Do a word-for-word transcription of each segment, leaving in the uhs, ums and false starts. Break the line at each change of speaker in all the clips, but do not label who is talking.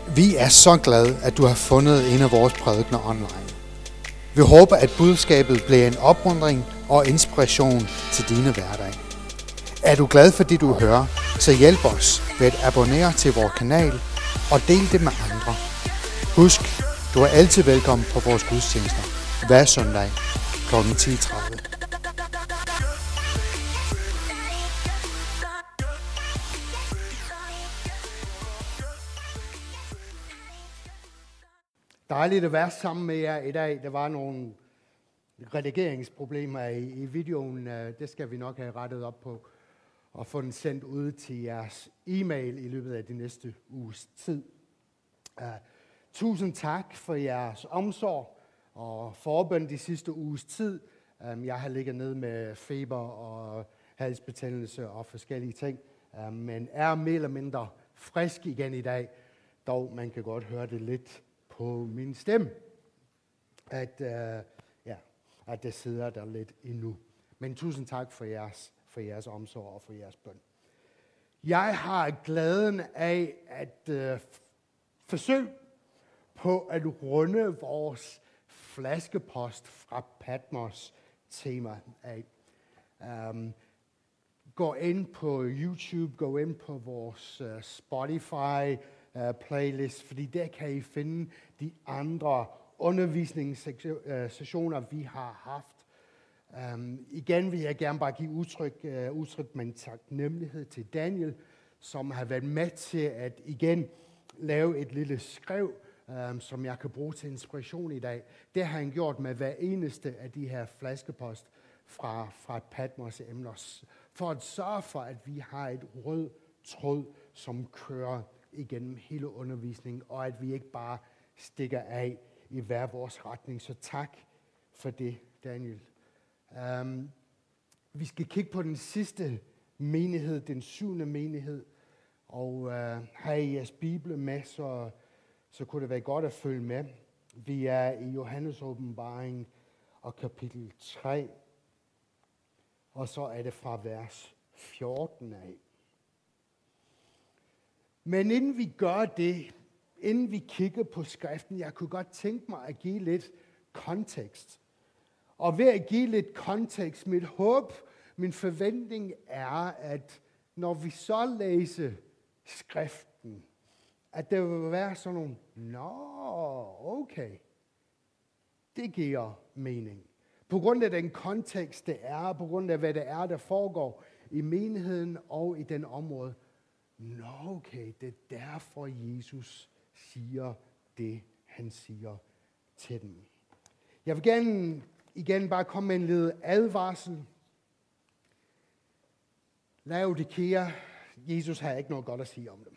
Vi er så glade, at du har fundet en af vores prædikener online. Vi håber, at budskabet bliver en opmuntring og inspiration til dine hverdage. Er du glad for det, du hører, så hjælp os ved at abonnere til vores kanal og del det med andre. Husk, du er altid velkommen på vores gudstjenester hver søndag klokken ti tredive. Dejligt at være sammen med jer i dag. Der var nogle redigeringsproblemer i, i videoen. Det skal vi nok have rettet op på og få den sendt ud til jeres e-mail i løbet af de næste uges tid. Uh, tusind tak for jeres omsorg og forbøn de sidste uges tid. Um, jeg har ligget ned med feber og halsbetændelse og forskellige ting, um, men er mere eller mindre frisk igen i dag. Dog, man kan godt høre det lidt på min stemme, at, uh, ja, at det sidder der lidt endnu. Men tusind tak for jeres, for jeres omsorg og for jeres bøn. Jeg har glæden af at uh, forsøge på at runde vores flaskepost fra Patmos tema af. Um, gå ind på YouTube, gå ind på vores uh, Spotify uh, playlist, fordi der kan I finde de andre undervisningssessioner, vi har haft. Um, igen vil jeg gerne bare give udtryk, uh, udtryk med en taknemmelighed til Daniel, som har været med til at igen lave et lille skrev, um, som jeg kan bruge til inspiration i dag. Det har han gjort med hver eneste af de her flaskepost fra, fra Patmos emner, for at sørge for, at vi har et rød tråd, som kører igennem hele undervisningen, og at vi ikke bare stikker af i hver vores retning. Så tak for det, Daniel. Um, vi skal kigge på den sidste menighed, den syvende menighed, og uh, have I jeres Bibel med, så, så kunne det være godt at følge med. Vi er i Johannes åbenbaring og kapitel tre, og så er det fra vers fjorten af. Men inden vi gør det, inden vi kigger på skriften, jeg kunne godt tænke mig at give lidt kontekst. Og ved at give lidt kontekst, mit håb, min forventning er, at når vi så læser skriften, at der vil være sådan nogle, nå, okay, det giver mening. På grund af den kontekst, det er, på grund af hvad det er, der foregår i menigheden og i den område. Nå, okay, det er derfor Jesus siger det, han siger til dem. Jeg vil gerne igen bare komme med en lille advarsel. Laodikea, Jesus har ikke noget godt at sige om dem.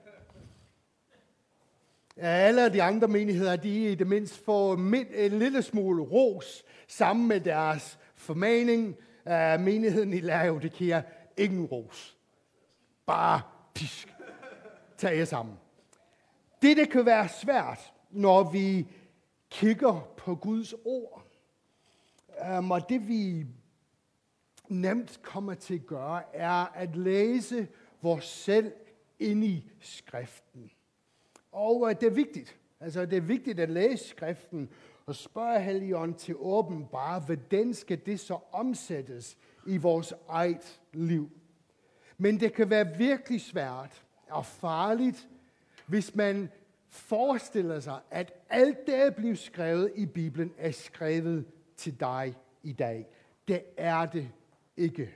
Alle de andre menigheder, de i det mindste får en lille smule ros sammen med deres formaning. Uh, menigheden i Laodikea, ingen ros. Bare pisk. Tag jer sammen. Det, det kan være svært, når vi kigger på Guds ord. Um, og det vi nemt kommer til at gøre, er at læse vores selv ind i skriften. Og uh, det er vigtigt. Altså det er vigtigt at læse skriften og spørge Helligånden til åbenbare, hvordan skal det så omsættes i vores eget liv. Men det kan være virkelig svært og farligt, hvis man forestiller sig, at alt det, der bliver skrevet i Bibelen, er skrevet til dig i dag. Det er det ikke.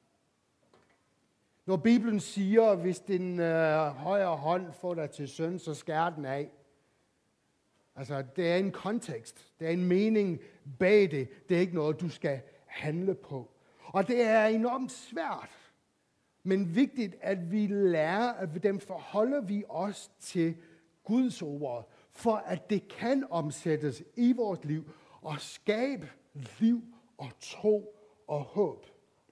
Når Bibelen siger, hvis din øh, højre hånd får dig til synd, så skær den af. Altså, det er en kontekst. Det er en mening bag det. Det er ikke noget, du skal handle på. Og det er enormt svært. Men vigtigt, at vi lærer, at dem forholder vi os til Guds ord, for at det kan omsættes i vores liv og skabe liv og tro og håb.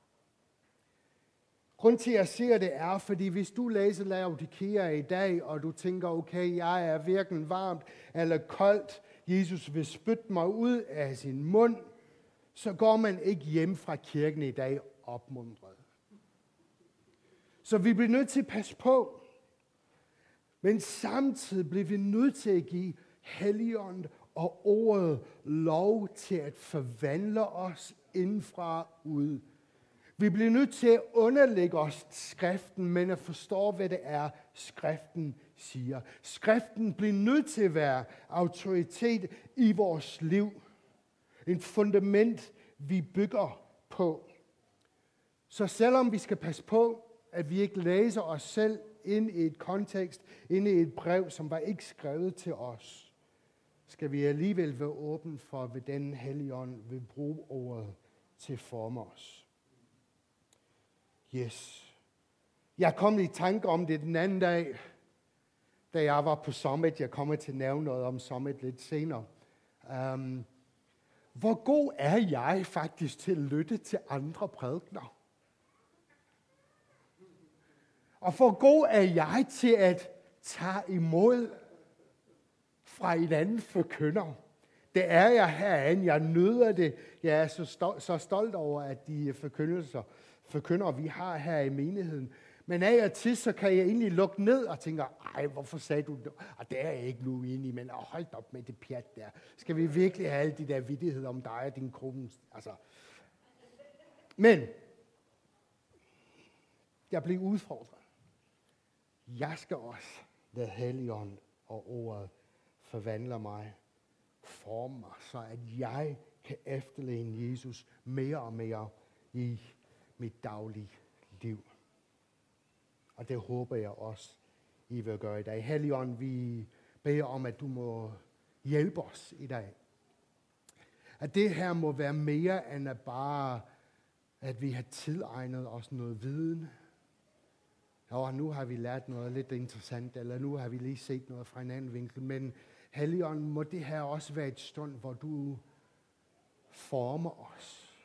Grunden til, at jeg siger det, er, fordi hvis du læser Laodikea i dag, og du tænker, okay, jeg er virkelig varmt eller koldt, Jesus vil spytte mig ud af sin mund, så går man ikke hjem fra kirken i dag opmuntret. Så vi bliver nødt til at passe på. Men samtidig bliver vi nødt til at give Helligånden og ordet lov til at forvandle os indfra og ud. Vi bliver nødt til at underlægge os skriften, men at forstå, hvad det er, skriften siger. Skriften bliver nødt til at være autoritet i vores liv. En fundament, vi bygger på. Så selvom vi skal passe på, at vi ikke læser os selv ind i et kontekst, ind i et brev, som var ikke skrevet til os, skal vi alligevel være åbne for, hvad den Helligånd vil bruge ordet til at forme os. Yes. Jeg kom i tanke om det den anden dag, da jeg var på Summit. Jeg kommer til at nævne noget om Summit lidt senere. Um, hvor god er jeg faktisk til at lytte til andre prædikener? Og hvor god er jeg til at tage imod fra en anden forkynder? Det er jeg herinde. Jeg nyder det. Jeg er så stolt, så stolt over, at de forkyndelser, forkyndere, vi har her i menigheden. Men af og til, så kan jeg egentlig lukke ned og tænke, ej, hvorfor sagde du det? Og det er jeg ikke nu enig i, men hold op med det pjat der. Skal vi virkelig have alle de der vittigheder om dig og din gruppe? Altså. Men, jeg blev udfordret. Jeg skal også lade Helligånden og ordet forvandle mig, forme mig, så at jeg kan efterligne Jesus mere og mere i mit daglige liv. Og det håber jeg også, I vil gøre i dag. Helligånd, vi beder om, at du må hjælpe os i dag. At det her må være mere end at bare, at vi har tilegnet os noget viden. Og nu har vi lært noget lidt interessant, eller nu har vi lige set noget fra en anden vinkel. Men Helligånd, må det her også være et stund, hvor du former os.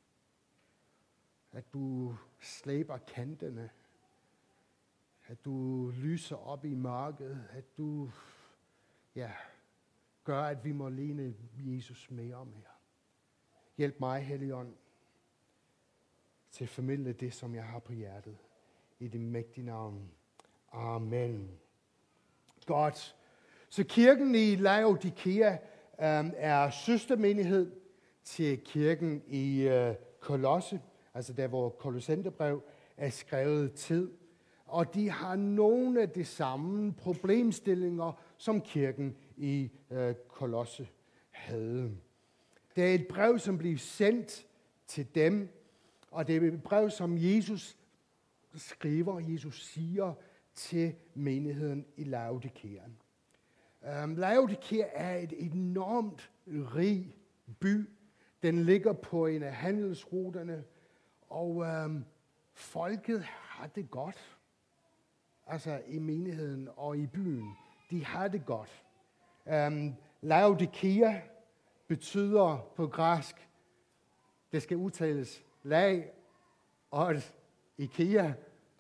At du slæber kantene. At du lyser op i mørket. At du ja, gør, at vi må ligne Jesus mere og mere. Hjælp mig, Helligånd, til at formidle det, som jeg har på hjertet. I det mægtige navn. Amen. Godt. Så kirken i Laodikea um, er søstermenighed til kirken i uh, Kolosse, altså der hvor Kolossenserbrev er skrevet til. Og de har nogle af de samme problemstillinger, som kirken i uh, Kolosse havde. Det er et brev, som blev sendt til dem, og det er et brev, som Jesus skriver, Jesus siger til menigheden i Laodikea. Um, Laodikea er et enormt rig by. Den ligger på en af handelsruterne, og um, folket har det godt. Altså i menigheden og i byen. De har det godt. Um, Laodikea betyder på græsk, det skal udtales lag og Ikea.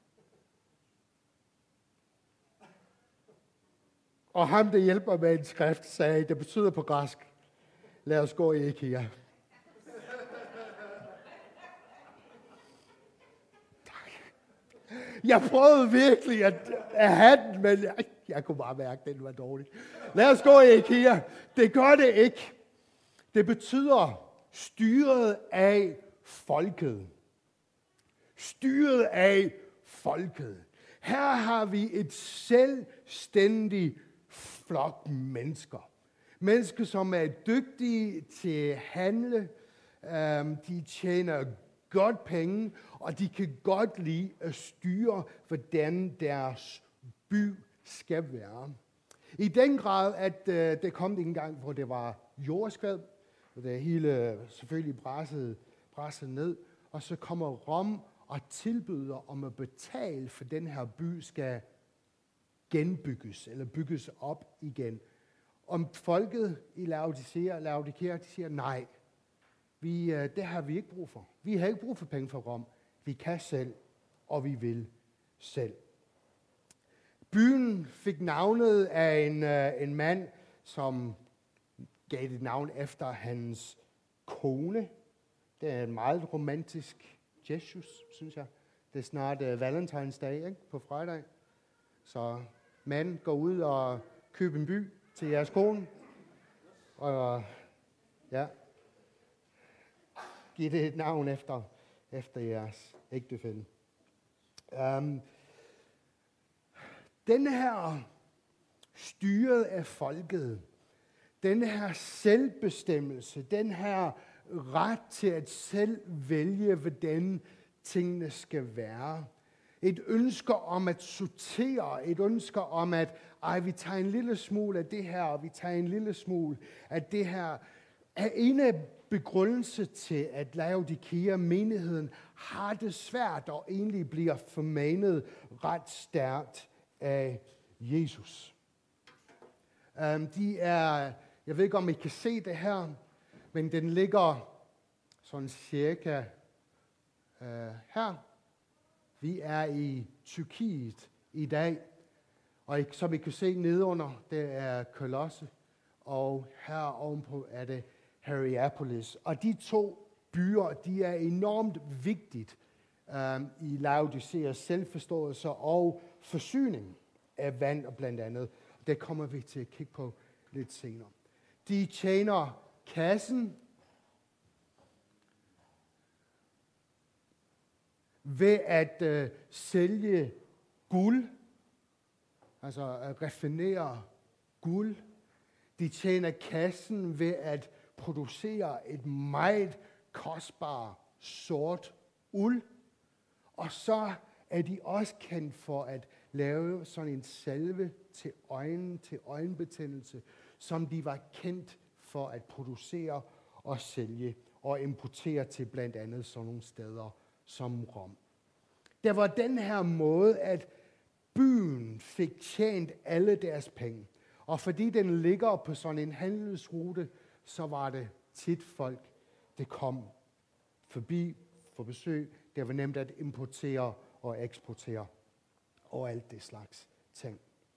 Og ham, der hjælper med en skrift, sagde, det betyder på græsk, lad os gå i Ikea. Jeg prøvede virkelig at, at have den, men jeg, jeg kunne bare mærke, at den var dårlig. Lad os gå i Ikea. Det gør det ikke. Det betyder styret af folket. Styret af folket. Her har vi et selvstændigt flok mennesker. Mennesker, som er dygtige til at handle. Um, de tjener godt penge, og de kan godt lide at styre, hvordan deres by skal være. I den grad, at uh, det kom en gang, hvor det var jordskred, og det hele selvfølgelig brassede, brassede ned, og så kommer Rom og tilbyder om at betale for den her by skal genbygges, eller bygges op igen. Om folket i Laodicea, Laodikea, de siger nej. Vi, det har vi ikke brug for. Vi har ikke brug for penge fra Rom. Vi kan selv, og vi vil selv. Byen fik navnet af en, en mand, som gav det navn efter hans kone. Det er en meget romantisk gestus, synes jeg. Det er snart uh, Valentine's Day, ikke? På fredag. Så mand, gå ud og købe en by til jeres kone. Og ja, giv det et navn efter, efter jeres ægtefælle. Um, den her styret af folket, den her selvbestemmelse, den her ret til at selv vælge, hvordan tingene skal være. Et ønske om at sortere, et ønske om at, ej, vi tager en lille smule af det her, og vi tager en lille smule af det her, er en af begrundelse til, at Laodikea, menigheden, har det svært og egentlig bliver formanet ret stærkt af Jesus. Um, de er, jeg ved ikke om I kan se det her, men den ligger sådan cirka uh, her. Vi er i Tyrkiet i dag, og som I kan se nedenunder, det er Kolosse, og her ovenpå er det Hierapolis. Og de to byer, de er enormt vigtigt um, i Laodiceas selvforståelse og forsyning af vand og blandt andet. Det kommer vi til at kigge på lidt senere. De tjener kassen ved at øh, sælge guld, altså at raffinere guld. De tjener kassen ved at producere et meget kostbart sort uld. Og så er de også kendt for at lave sådan en salve til øjnen, til øjenbetændelse, som de var kendt for at producere og sælge og importere til blandt andet sådan nogle steder som Rom. Der var den her måde, at byen fik tjent alle deres penge. Og fordi den ligger på sådan en handelsrute, så var det tit folk, der kom forbi for besøg. Det var nemt at importere og eksportere og alt det slags ting.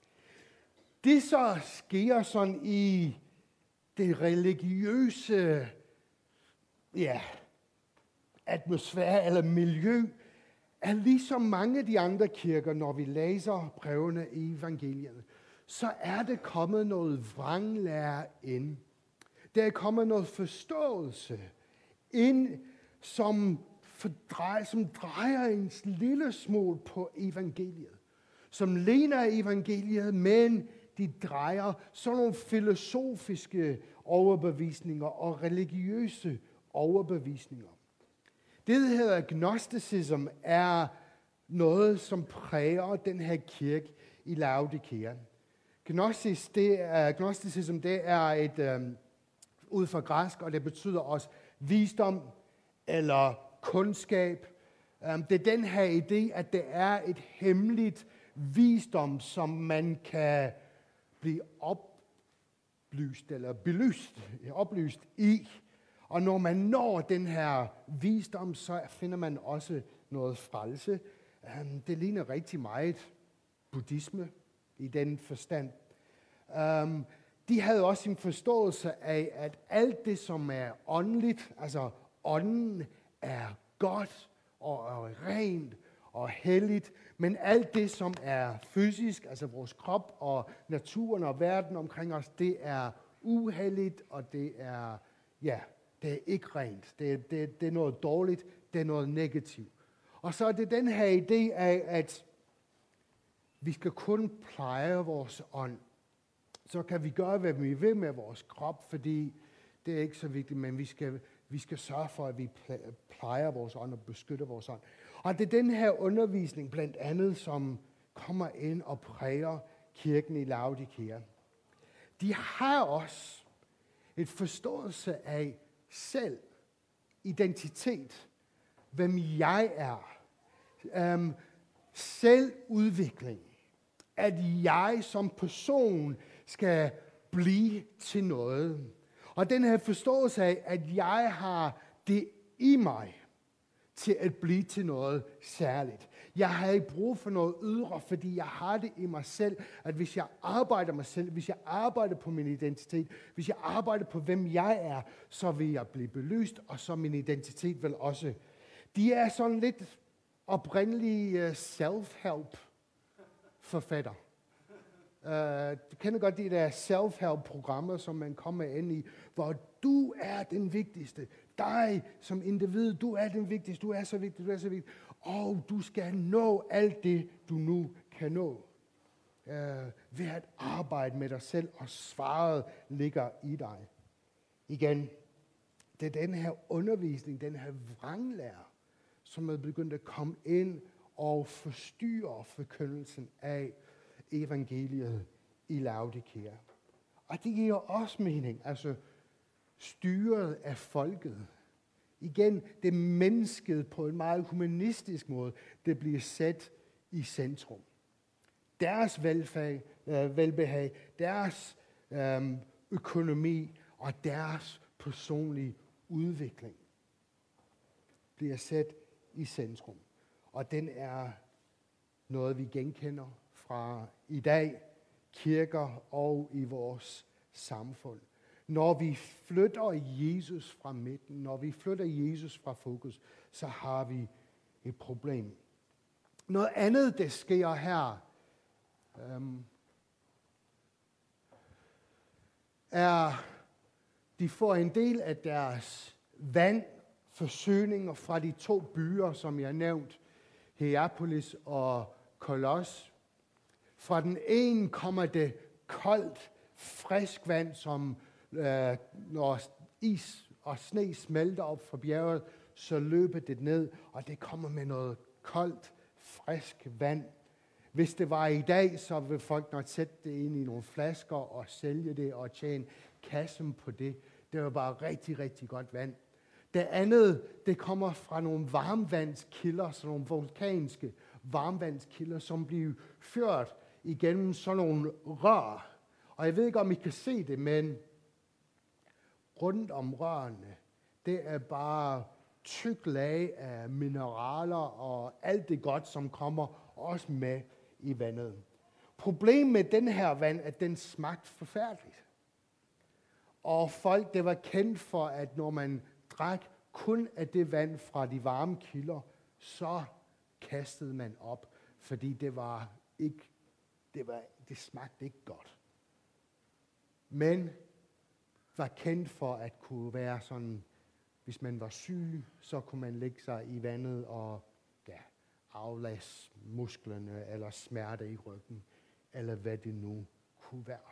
Det så sker sådan i det religiøse ja, atmosfære eller miljø, er ligesom mange af de andre kirker, når vi læser brevene i evangeliet, så er det kommet noget vranglære ind. Der er kommet noget forståelse ind, som, fordrej, som drejer en lille smule på evangeliet. Som ligner evangeliet, men de drejer sådan nogle filosofiske overbevisninger og religiøse overbevisninger. Det, der hedder gnosticism, er noget, som præger den her kirke i Laodikea. Gnostis, det er, gnosticism, det er et um, ud fra græsk, og det betyder også visdom eller kundskab. Um, det er den her idé, at det er et hemmeligt visdom, som man kan blive oplyst eller belyst, oplyst i. Og når man når den her visdom, så finder man også noget frelse. Um, det ligner rigtig meget buddhisme i den forstand. Um, de havde også en forståelse af, at alt det, som er åndeligt, altså ånden, er godt og, og rent og helligt, men alt det, som er fysisk, altså vores krop og naturen og verden omkring os, det er uheldigt, og det er, ja, det er ikke rent. Det, det, det er noget dårligt, det er noget negativt. Og så er det den her idé af, at vi skal kun pleje vores ånd. Så kan vi gøre, hvad vi vil med vores krop, fordi det er ikke så vigtigt, men vi skal, vi skal sørge for, at vi plejer vores ånd og beskytter vores ånd. Og det er den her undervisning blandt andet, som kommer ind og præger kirken i Laodikea. De har også et forståelse af selv, identitet, hvem jeg er, um, selvudvikling, at jeg som person skal blive til noget. Og den her forståelse af, at jeg har det i mig til at blive til noget særligt. Jeg har ikke brug for noget ydre, fordi jeg har det i mig selv, at hvis jeg arbejder mig selv, hvis jeg arbejder på min identitet, hvis jeg arbejder på, hvem jeg er, så vil jeg blive belyst, og så min identitet vil også. De er sådan lidt oprindelige self-help forfatter. Uh, du kender godt de der self-help-programmer, som man kommer ind i, hvor du er den vigtigste. Dig som individ, du er den vigtigste. Du er så vigtig, du er så vigtig. Og du skal nå alt det, du nu kan nå. Uh, ved at arbejde med dig selv, og svaret ligger i dig. Igen, det er den her undervisning, den her vranglære, som er begyndt at komme ind og forstyrre forkyndelsen af evangeliet i Laodikea. Og det giver også mening, altså styret af folket. Igen, det mennesket på en meget humanistisk måde, det bliver sat i centrum. Deres velfærd, øh, velbehag, deres øh, økonomi og deres personlige udvikling bliver sat i centrum. Og den er noget, vi genkender fra i dag, kirker og i vores samfund. Når vi flytter Jesus fra midten, når vi flytter Jesus fra fokus, så har vi et problem. Noget andet, der sker her, øhm, er, de får en del af deres vandforsyninger fra de to byer, som jeg har nævnt, Hierapolis og Kolos. Fra den ene kommer det koldt, frisk vand, som øh, når is og sne smelter op fra bjerget, så løber det ned, og det kommer med noget koldt, frisk vand. Hvis det var i dag, så vil folk nok sætte det ind i nogle flasker og sælge det og tjene kassen på det. Det var bare rigtig, rigtig godt vand. Det andet, det kommer fra nogle varmvandskilder, sådan nogle vulkanske varmvandskilder, som bliver ført igennem sådan nogle rør. Og jeg ved ikke, om I kan se det, men rundt om rørene, det er bare tyk lag af mineraler og alt det godt, som kommer også med i vandet. Problemet med den her vand, at den smagte forfærdeligt. Og folk, det var kendt for, at når man drak kun af det vand fra de varme kilder, så kastede man op, fordi det var ikke, det var, det smagte ikke godt. Men var kendt for at kunne være sådan, hvis man var syg, så kunne man lægge sig i vandet og ja, aflaste musklerne eller smerte i ryggen, eller hvad det nu kunne være.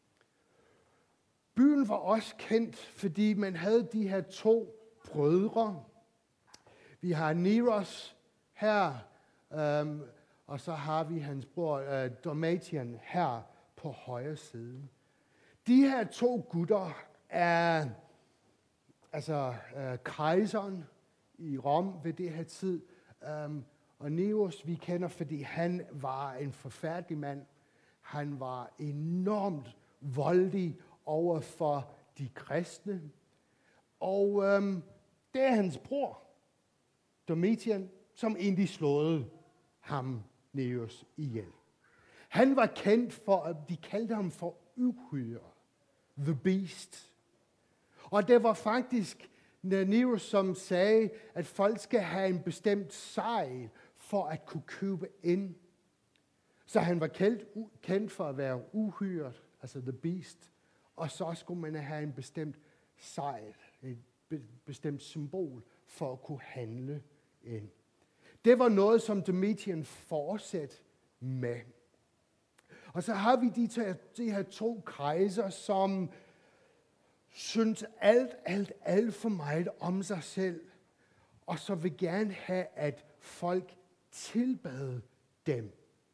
Byen var også kendt, fordi man havde de her to brødre. Vi har Neros her, øhm, og så har vi hans bror øh, Domitian her på højre side. De her to gutter er altså øh, kejseren i Rom ved det her tid. Um, og Neros vi kender, fordi han var en forfærdelig mand. Han var enormt voldelig over for de kristne. Og um, det er hans bror, Domitian, som egentlig slåede ham, Neros, ihjel. Han var kendt for, at de kaldte ham for uhyre, the beast. Og det var faktisk Neros, som sagde, at folk skal have en bestemt sejl for at kunne købe ind. Så han var kendt, kendt for at være uhyret, altså the beast. Og så skulle man have en bestemt sejl, et bestemt symbol for at kunne handle ind. Det var noget, som Domitian fortsatte med. Og så har vi de, to, de her to kejser, som synes alt, alt, alt for meget om sig selv, og så vil gerne have, at folk tilbad dem.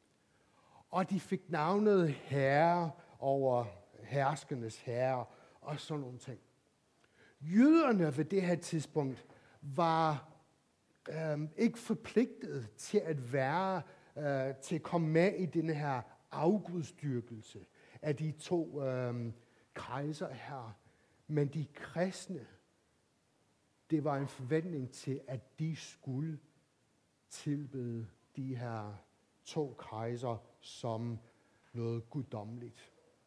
Og de fik navnet herre over herskernes herre, og sådan nogle ting. Jøderne ved det her tidspunkt var øhm, ikke forpligtet til at være, øh, til at komme med i denne her afgudstyrkelse af de to øhm, kejser her. Men de kristne, det var en forventning til, at de skulle tilbede de her to kejser som noget guddommeligt.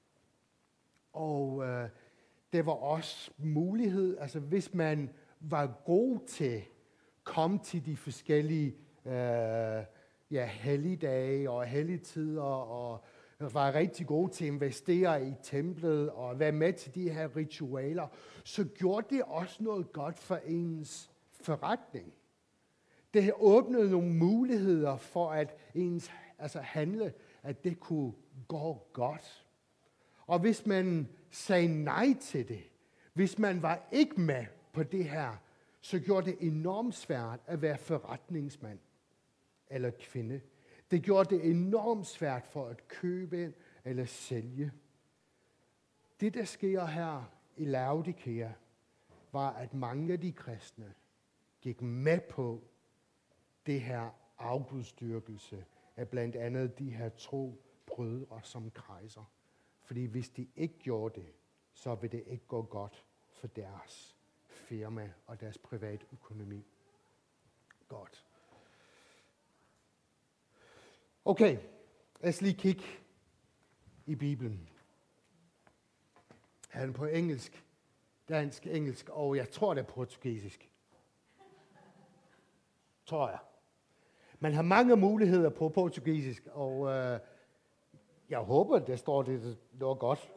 Og øh, det var også mulighed, altså hvis man var god til at komme til de forskellige øh, ja, helligdage og helligtider og var rigtig gode til at investere i templet og være med til de her ritualer, så gjorde det også noget godt for ens forretning. Det åbnede nogle muligheder for, at ens altså handle, at det kunne gå godt. Og hvis man sagde nej til det, hvis man var ikke med på det her, så gjorde det enormt svært at være forretningsmand eller kvinde. Det gjorde det enormt svært for at købe eller sælge. Det, der sker her i Laodikea, var, at mange af de kristne gik med på det her afgudstyrkelse af blandt andet de her to brødre som kejser. Fordi hvis de ikke gjorde det, så vil det ikke gå godt for deres firma og deres private økonomi. Godt. Okay, lad os lige kigge i Bibelen. Er den på engelsk, dansk, engelsk, og jeg tror, det er portugisisk. Tror jeg. Man har mange muligheder på portugisisk, og øh, jeg håber, der står det noget godt.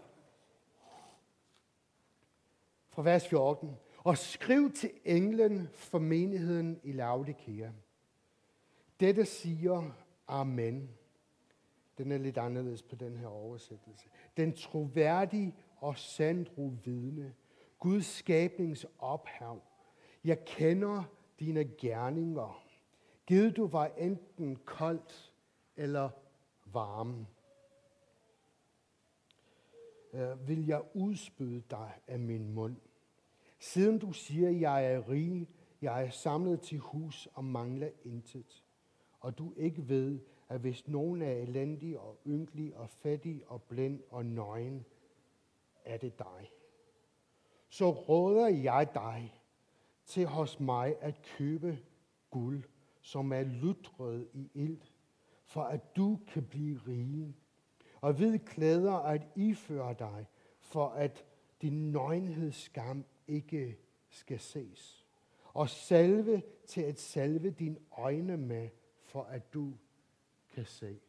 Fra vers fjorten. Og skriv til englen for menigheden i Laodikea. Dette siger Amen. Den er lidt anderledes på den her oversættelse. Den troværdige og sandro vidne, Guds skabnings ophav. Jeg kender dine gerninger. Gid du var enten koldt eller varm, øh, vil jeg udspyde dig af min mund. Siden du siger, jeg er rig, jeg er samlet til hus og mangler intet, og du ikke ved, at hvis nogen er elendig og ynkelig og fattig og blind og nøgen, er det dig. Så råder jeg dig til hos mig at købe guld, som er lutret i ild, for at du kan blive rig, og hvid klæder at iføre dig, for at din nøgenhedsskam ikke skal ses, og salve til at salve dine øjne med, for at du kan se.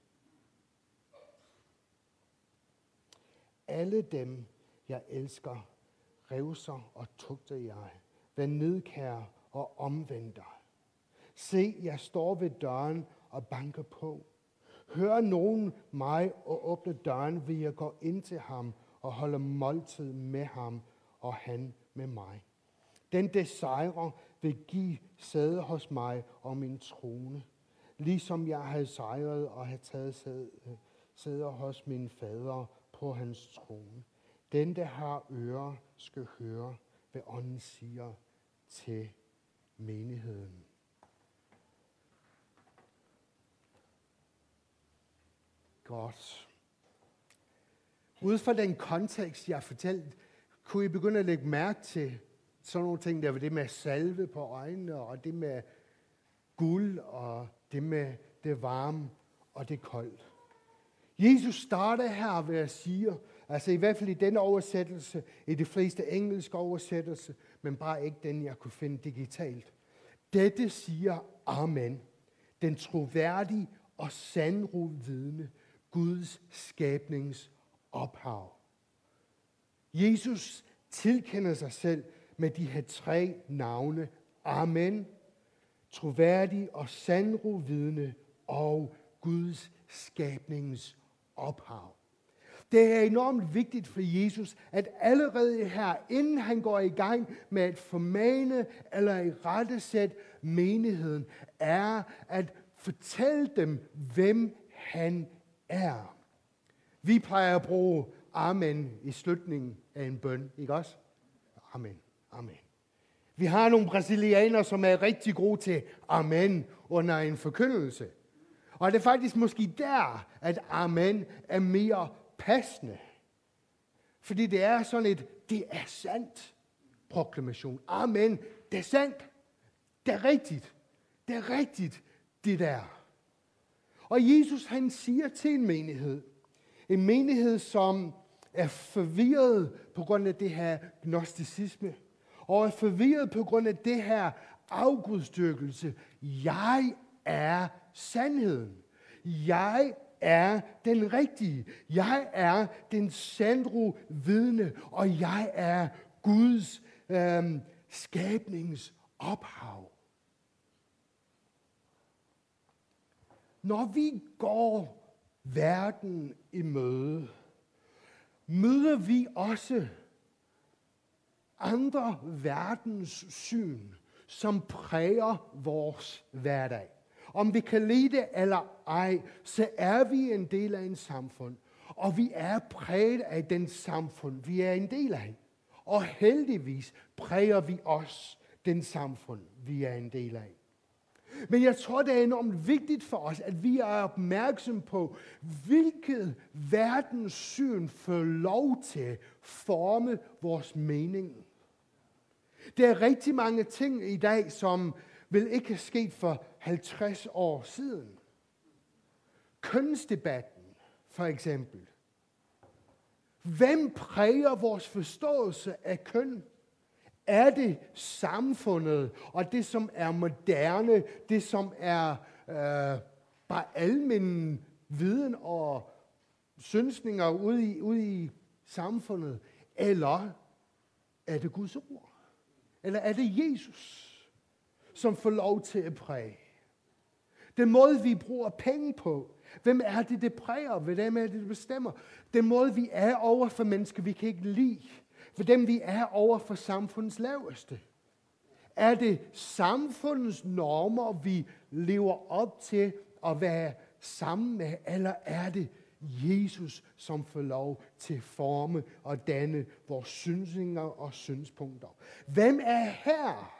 Alle dem, jeg elsker, revser og tugter jeg. Vær nidkær og omvend dig. Se, jeg står ved døren og banker på. Hør nogen mig og åbne døren, vil jeg gå ind til ham og holde måltid med ham og han med mig. Den, der sejrer, vil give sæde hos mig og min trone, ligesom jeg havde sejret og havde taget sæde, sæde hos min fader på hans trone. Den, der har ører, skal høre, hvad ånden siger til menigheden. Godt. Ud fra den kontekst, jeg fortalte, kunne I begynde at lægge mærke til sådan nogle ting, der var det med salve på øjnene, og det med guld, og det med det varme, og det koldt. Jesus starter her ved at sige, altså i hvert fald i denne oversættelse, i de fleste engelske oversættelser, men bare ikke den, jeg kunne finde digitalt. Dette siger Amen, den troværdige og sandro vidne, Guds skabnings ophav. Jesus tilkender sig selv med de her tre navne. Amen, troværdig og sandro vidne og Guds skabnings ophav. Det er enormt vigtigt for Jesus, at allerede her, inden han går i gang med at formane eller i rettesæt menigheden, er at fortælle dem, hvem han er. Vi plejer at bruge amen i slutningen af en bøn, ikke også? Amen, amen. Vi har nogle brasilianere, som er rigtig gode til amen under en forkyndelse. Og det er faktisk måske der, at amen er mere passende. Fordi det er sådan et, det er sandt proklamation. Amen, det er sandt. Det er rigtigt. Det er rigtigt, det der. Og Jesus, han siger til en menighed, en menighed, som er forvirret på grund af det her gnosticisme, og er forvirret på grund af det her afgudstyrkelse. Jeg er sandheden. Jeg er den rigtige. Jeg er den sandro vidne, og jeg er Guds øhm, skabningens ophav. Når vi går verden i møde, møder vi også andre verdens syn, som præger vores hverdag. Om vi kan lide det eller ej, så er vi en del af en samfund, og vi er præget af den samfund, vi er en del af. Og heldigvis præger vi også den samfund, vi er en del af. Men jeg tror, det er enormt vigtigt for os, at vi er opmærksom på, hvilket verdenssyn får lov til at forme vores mening. Der er rigtig mange ting i dag, som vil ikke have sket for halvtreds år siden. Kønsdebatten, for eksempel. Hvem præger vores forståelse af køn? Er det samfundet, og det som er moderne, det som er øh, bare almen viden og synsninger ude i, ude i samfundet? Eller er det Guds ord? Eller er det Jesus, som får lov til at præge? Den måde, vi bruger penge på, hvem er det, det præger? Hvem er det, det bestemmer? Den måde, vi er over for mennesker, vi kan ikke lide. For dem, vi er over for samfundets laveste. Er det samfundets normer, vi lever op til at være sammen med? Eller er det Jesus, som får lov til at forme og danne vores synsninger og synspunkter? Hvem er her?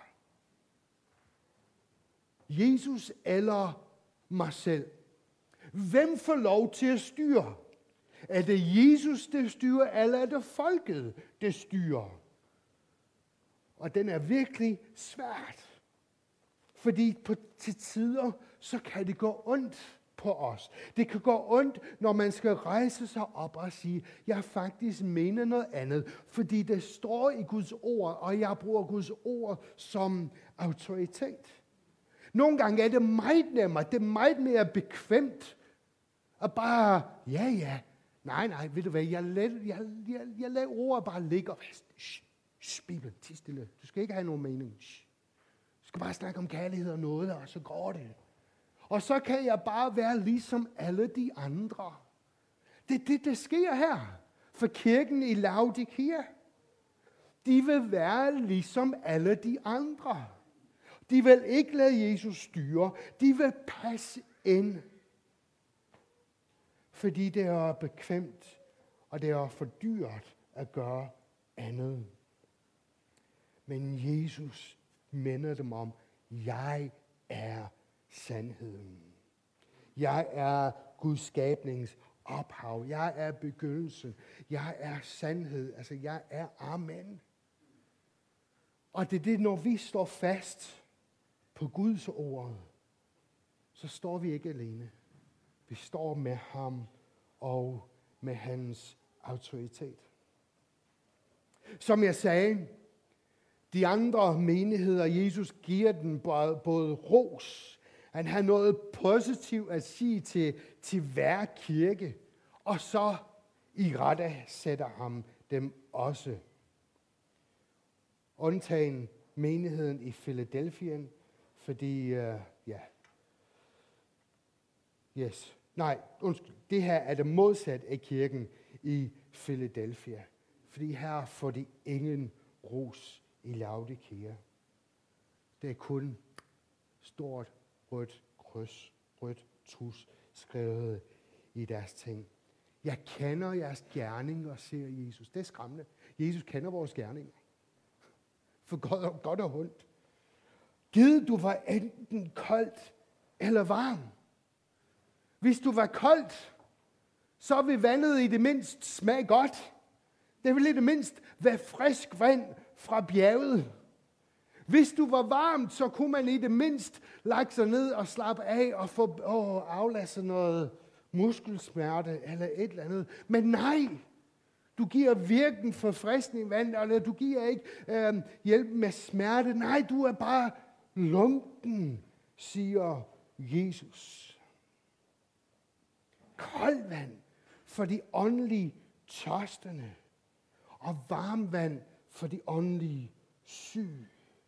Jesus eller mig selv? Hvem får lov til at styre? Er det Jesus, der styrer, eller er det folket, der styrer? Og den er virkelig svært. Fordi på til tider, så kan det gå ondt på os. Det kan gå ondt, når man skal rejse sig op og sige, jeg faktisk mener noget andet. Fordi det står i Guds ord, og jeg bruger Guds ord som autoritet. Nogle gange er det meget nemmere, det er meget mere bekvemt at bare, ja ja, nej nej, ved du hvad, jeg lader, jeg, jeg, jeg lader ordet bare ligge. Shh, shh, Bibelen, tig stille. Du skal ikke have nogen mening. Shh. Du skal bare snakke om kærlighed og noget, og så går det. Og så kan jeg bare være ligesom alle de andre. Det er det, der sker her. For kirken i Laodikea. De vil være ligesom alle de andre. De vil ikke lade Jesus styre. De vil passe ind. Fordi det er bekvemt, og det er for dyrt at gøre andet. Men Jesus minder dem om, jeg er sandheden. Jeg er Guds skabnings ophav. Jeg er begyndelsen. Jeg er sandhed. Altså, jeg er amen. Og det er det, når vi står fast på Guds ord, så står vi ikke alene. Vi står med ham og med hans autoritet. Som jeg sagde, de andre menigheder, Jesus giver den både ros. Han har noget positivt at sige til, til hver kirke. Og så i rette sætter ham dem også. Undtagen menigheden i Philadelphia, fordi, uh, ja, yes, nej, undskyld, det her er det modsat af kirken i Philadelphia. Fordi her får de ingen ros i Laodikea. Det er kun stort rødt kryds, rødt tus, skrevet i deres ting. Jeg kender jeres gerninger, siger Jesus. Det er skræmmende. Jesus kender vores gerninger. For godt og, godt og ondt. Gid du var enten koldt eller varm. Hvis du var koldt, så vil vandet i det mindst smage godt. Det vil i det mindst være frisk vand fra bjerget. Hvis du var varmt, så kunne man i det mindst lægge sig ned og slappe af og få åh, aflasse noget muskelsmerte eller et eller andet. Men nej, du giver virken for friskning vand, eller du giver ikke øh, hjælp med smerte. Nej, du er bare lunken, siger Jesus. koldt vand for de åndelige tørstende, og varmt vand for de åndelige syge.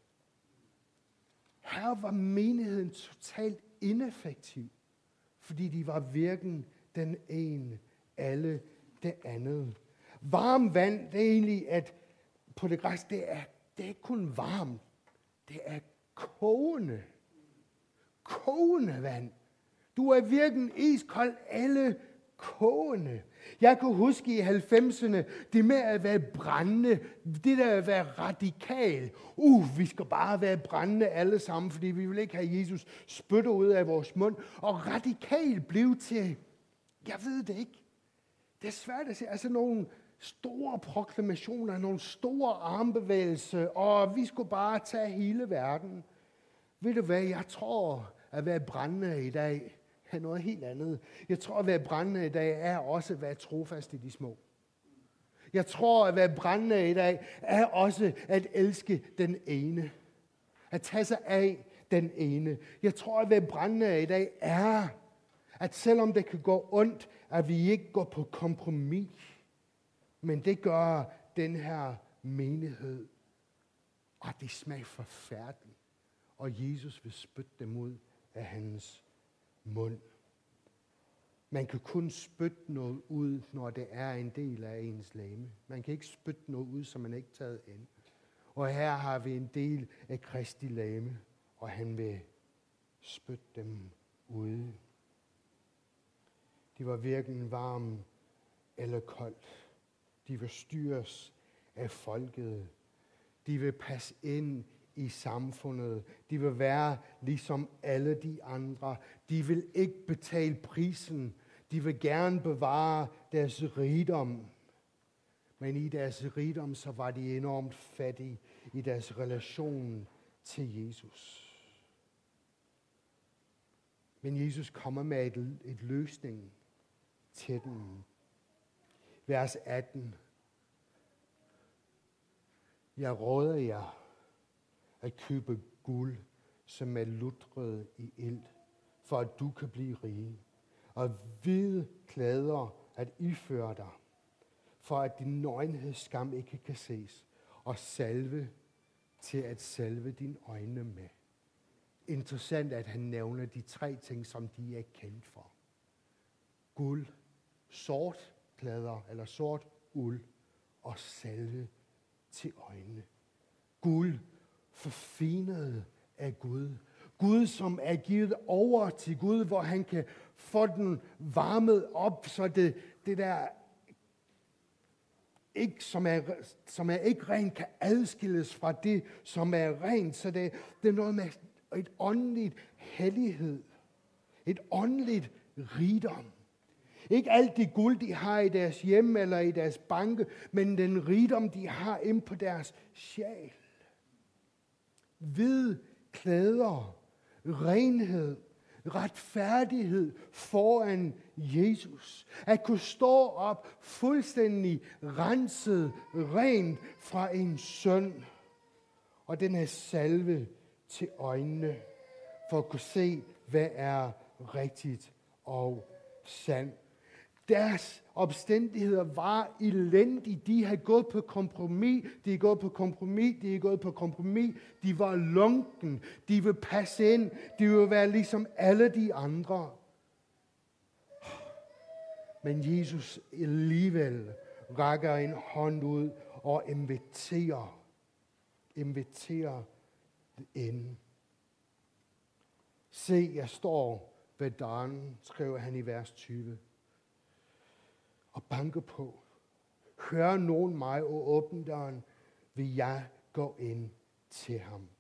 Her var menigheden totalt ineffektiv, fordi de var hverken den ene, alle det andet. Varmt vand, det er egentlig, at på det græs, det er, det er ikke kun varmt, det er kogende. Kogende vand. Du er virkelig iskold, alle kogende. Jeg kan huske i halvfemserne, det med at være brændende, det der at være radikal. Uh, vi skal bare være brændende alle sammen, fordi vi vil ikke have Jesus spytte ud af vores mund. Og radikal blev til, jeg ved det ikke. Det er svært at se, altså nogle store proklamationer, nogle store armbevægelser, og vi skulle bare tage hele verden. Ved du hvad, jeg tror, at være brændende i dag er noget helt andet. Jeg tror, at være brændende i dag er også at være trofast i de små. Jeg tror, at være brændende i dag er også at elske den ene. At tage sig af den ene. Jeg tror, at være brændende i dag er, at selvom det kan gå ondt, at vi ikke går på kompromis. Men det gør den her menighed. Og det smager forfærdeligt. Og Jesus vil spytte dem ud af hans mund. Man kan kun spytte noget ud, når det er en del af ens legeme. Man kan ikke spytte noget ud, som man ikke er taget ind. Og her har vi en del af Kristi legeme, og han vil spytte dem ud. De var hverken varme eller koldt. De vil styres af folket. De vil passe ind i samfundet. De vil være ligesom alle de andre. De vil ikke betale prisen. De vil gerne bevare deres rigdom. Men i deres rigdom, så var de enormt fattige i deres relation til Jesus. Men Jesus kommer med et, et løsning til dem. Vers atten. Jeg råder jer at købe guld, som er lutret i ild, for at du kan blive rige, og hvide klæder at iføre dig, for at din nøgenhedsskam ikke kan ses, og salve til at salve dine øjne med. Interessant, at han nævner de tre ting, som de er kendt for. Guld, sort klæder, eller sort uld, og salve til øjnene. Guld, forfinet af Gud. Gud, som er givet over til Gud, hvor han kan få den varmet op, så det, det der ikke, som er, som er ikke rent, kan adskilles fra det, som er rent. Så det, det er noget med et åndeligt hellighed. Et åndeligt rigdom. Ikke alt det guld, de har i deres hjem eller i deres banke, men den rigdom, de har inde på deres sjæl. Hvid klæder, renhed, retfærdighed foran Jesus. At kunne stå op fuldstændig renset, rent fra en synd. Og den her salve til øjnene, for at kunne se, hvad er rigtigt og sandt. Deres omstændigheder var elendige. De havde gået på kompromis. De er gået på kompromis. De er gået på kompromis. De var lunken. De vil passe ind. De vil være ligesom alle de andre. Men Jesus alligevel rækker en hånd ud og inviterer. Inviterer ind. Se, jeg står ved døren, skriver han i vers tyve. Og banker på. Hør nogen mig og åbne døren, vil jeg gå ind til ham.